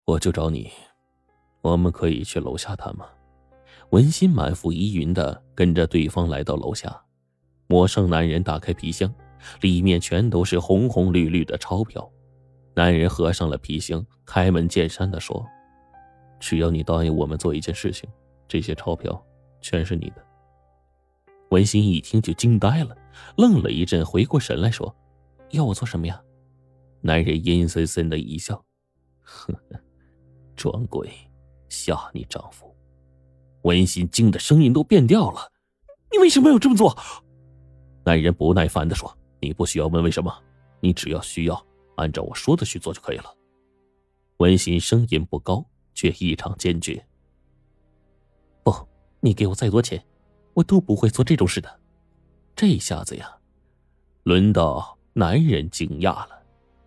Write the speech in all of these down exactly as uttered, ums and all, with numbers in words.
我就找你，我们可以去楼下谈吗？文心满腹疑云的跟着对方来到楼下。陌生男人打开皮箱，里面全都是红红绿绿的钞票。男人合上了皮箱，开门见山的说，只要你答应我们做一件事情，这些钞票全是你的。文心一听就惊呆了，愣了一阵，回过神来说，要我做什么呀？男人阴森森的一笑，呵呵，装鬼吓你丈夫。文心惊的声音都变调了，你为什么要这么做？男人不耐烦地说，你不需要问为什么，你只要需要按照我说的去做就可以了。文心声音不高，却异常坚决，不，你给我再多钱，我都不会做这种事的。这下子呀，轮到男人惊讶了。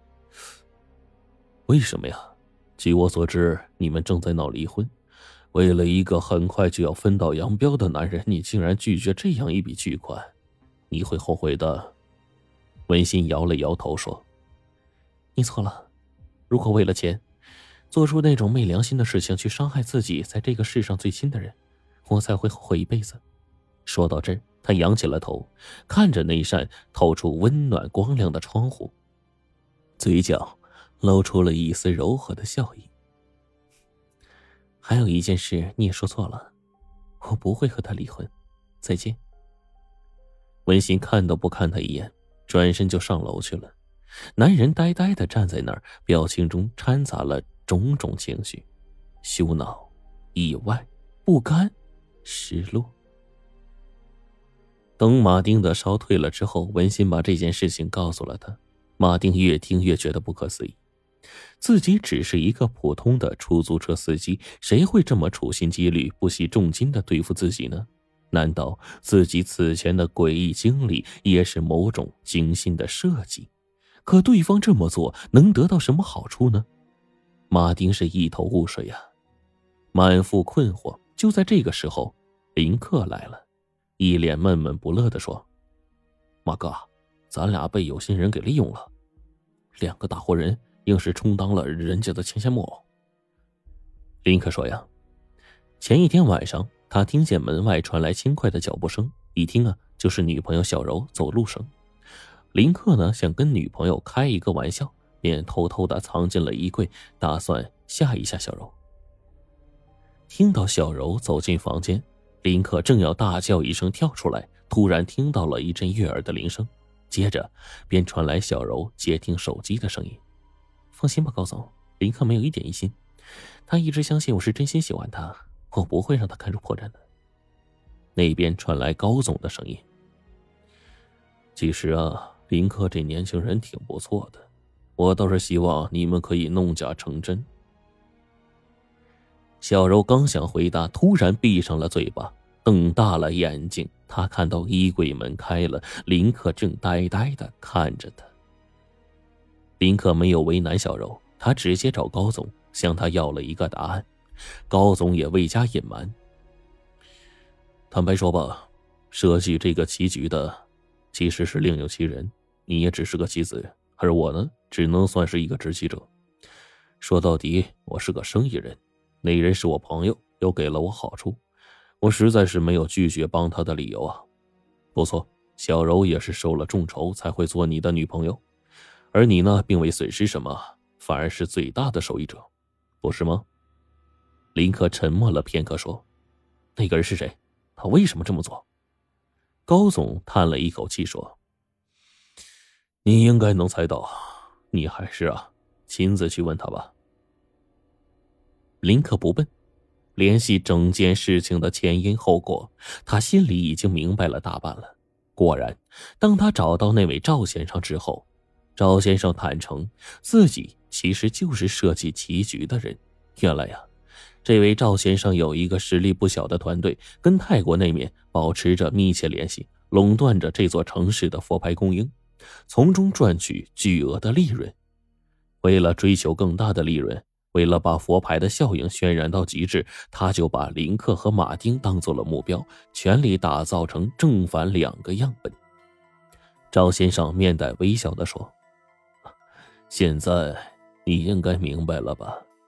为什么呀？据我所知，你们正在闹离婚，为了一个很快就要分道扬镳的男人，你竟然拒绝这样一笔巨款，你会后悔的。文心摇了摇头说，你错了，如果为了钱做出那种昧良心的事情，去伤害自己在这个世上最亲的人，我才会后悔一辈子。说到这儿，他仰起了头，看着那扇透出温暖光亮的窗户，嘴角露出了一丝柔和的笑意。还有一件事你也说错了，我不会和他离婚，再见。文心看都不看他一眼，转身就上楼去了。男人呆呆地站在那儿，表情中掺杂了种种情绪，羞恼、意外、不甘、失落。等马丁的烧退了之后，文心把这件事情告诉了他。马丁越听越觉得不可思议，自己只是一个普通的出租车司机，谁会这么处心积虑、不惜重金的对付自己呢？难道自己此前的诡异经历也是某种精心的设计？可对方这么做能得到什么好处呢？马丁是一头雾水啊，满腹困惑。就在这个时候，林克来了，一脸闷闷不乐地说，马哥，咱俩被有心人给利用了，两个大活人硬是充当了人家的牵线木偶。林克说呀，前一天晚上他听见门外传来轻快的脚步声，一听啊，就是女朋友小柔走路声。林克呢想跟女朋友开一个玩笑，便偷偷的藏进了衣柜，打算吓一下小柔。听到小柔走进房间，林克正要大叫一声跳出来，突然听到了一阵悦耳的铃声，接着便传来小柔接听手机的声音。放心吧，高总，林克没有一点疑心，他一直相信我是真心喜欢他，我不会让他看出破绽的。那边传来高总的声音，其实啊，林克这年轻人挺不错的，我倒是希望你们可以弄假成真。小柔刚想回答，突然闭上了嘴巴，瞪大了眼睛。他看到衣柜门开了，林克正呆呆地看着他。林克没有为难小柔，他直接找高总，向他要了一个答案。高总也未加隐瞒，坦白说吧，设计这个棋局的其实是另有其人，你也只是个棋子，而我呢，只能算是一个执棋者。说到底，我是个生意人，那人是我朋友，又给了我好处，我实在是没有拒绝帮他的理由啊。不错，小柔也是受了重筹才会做你的女朋友，而你呢，并未损失什么，反而是最大的受益者，不是吗？林克沉默了片刻说，那个人是谁？他为什么这么做？高总叹了一口气说，你应该能猜到，你还是啊，亲自去问他吧。林克不笨，联系整件事情的前因后果，他心里已经明白了大半了。果然，当他找到那位赵先生之后，赵先生坦诚自己其实就是设计棋局的人。原来呀，这位赵先生有一个实力不小的团队，跟泰国那面保持着密切联系，垄断着这座城市的佛牌供应，从中赚取巨额的利润。为了追求更大的利润，为了把佛牌的效应渲染到极致，他就把林克和马丁当做了目标，全力打造成正反两个样本。赵先生面带微笑地说，现在你应该明白了吧？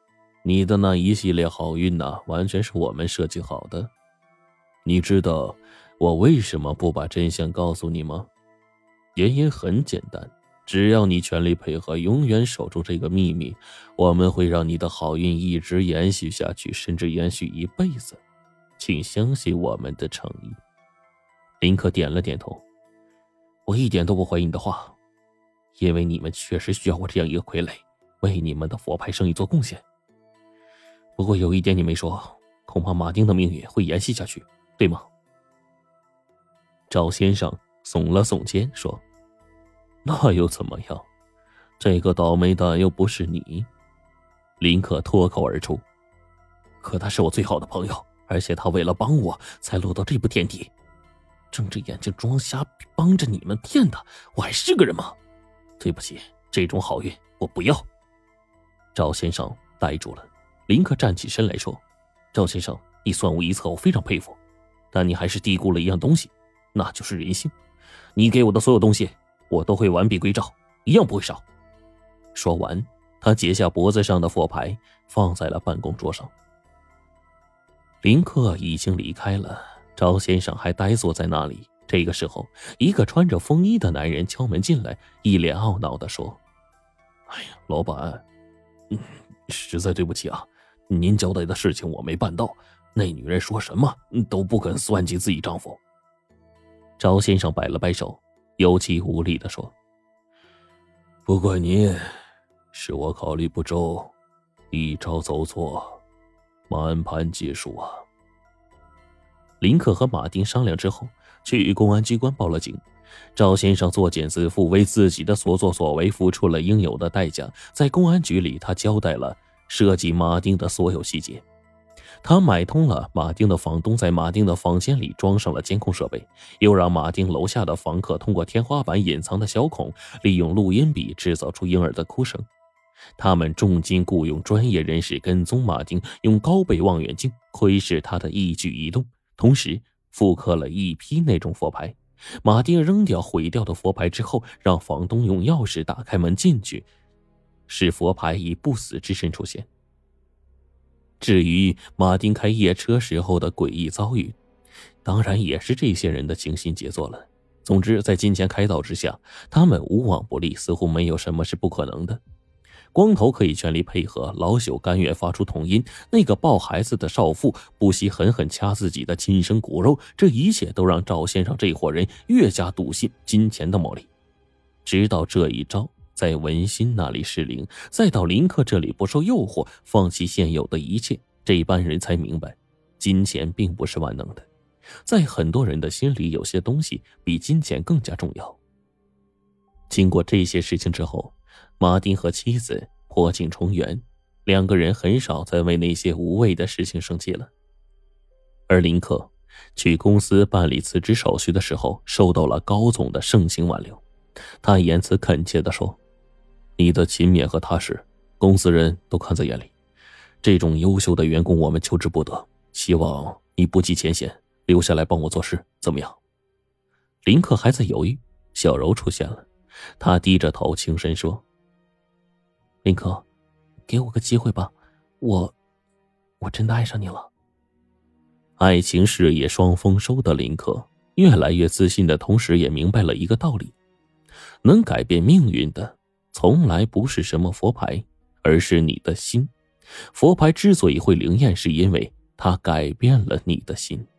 你的那一系列好运呐、啊，完全是我们设计好的。你知道我为什么不把真相告诉你吗？原因很简单，只要你全力配合，永远守住这个秘密，我们会让你的好运一直延续下去，甚至延续一辈子。请相信我们的诚意。林克点了点头，我一点都不怀疑你的话，因为你们确实需要我这样一个傀儡，为你们的佛牌生意做贡献。不过有一点你没说，恐怕马丁的命运会延续下去，对吗？赵先生耸了耸肩说，那又怎么样？这个倒霉蛋又不是你。林克脱口而出，可他是我最好的朋友，而且他为了帮我才落到这步田地，睁着眼睛装瞎帮着你们骗他，我还是个人吗？对不起，这种好运我不要。赵先生呆住了。林克站起身来说，赵先生，你算无一策，我非常佩服，但你还是低估了一样东西，那就是人性。你给我的所有东西我都会完璧归赵，一样不会少。说完，他解下脖子上的佛牌放在了办公桌上。林克已经离开了，赵先生还呆坐在那里。这个时候，一个穿着风衣的男人敲门进来，一脸懊恼地说，哎呀，老板，嗯，实在对不起啊，您交代的事情我没办到，那女人说什么都不肯算计自己丈夫。赵先生摆了摆手，有气无力地说，不怪您，是我考虑不周，一招走错，满盘皆输啊。林克和马丁商量之后，去公安机关报了警。赵先生作茧自缚，为自己的所作所为付出了应有的代价。在公安局里，他交代了涉及马丁的所有细节。他买通了马丁的房东，在马丁的房间里装上了监控设备，又让马丁楼下的房客通过天花板隐藏的小孔，利用录音笔制造出婴儿的哭声。他们重金雇佣专业人士跟踪马丁，用高倍望远镜窥视他的一举一动，同时复刻了一批那种佛牌。马丁扔掉毁掉的佛牌之后，让房东用钥匙打开门进去，使佛牌以不死之身出现。至于马丁开夜车时候的诡异遭遇，当然也是这些人的精心杰作了。总之，在金钱开导之下，他们无往不利，似乎没有什么是不可能的。光头可以全力配合，老朽甘愿发出童音，那个抱孩子的少妇不惜狠狠掐自己的亲生骨肉，这一切都让赵先生这伙人越加笃信金钱的魔力。直到这一招在文心那里失灵，再到林克这里不受诱惑，放弃现有的一切，这班人才明白金钱并不是万能的。在很多人的心里，有些东西比金钱更加重要。经过这些事情之后，马丁和妻子破镜重圆，两个人很少再为那些无谓的事情生气了。而林克去公司办理辞职手续的时候，受到了高总的盛情挽留。他言辞恳切地说，你的勤勉和踏实，公司人都看在眼里，这种优秀的员工我们求之不得，希望你不计前嫌，留下来帮我做事，怎么样？林克还在犹豫，小柔出现了，他低着头轻声说，林克，给我个机会吧，我我真的爱上你了。爱情事业双丰收的林克越来越自信的同时，也明白了一个道理，能改变命运的从来不是什么佛牌，而是你的心。佛牌之所以会灵验，是因为它改变了你的心。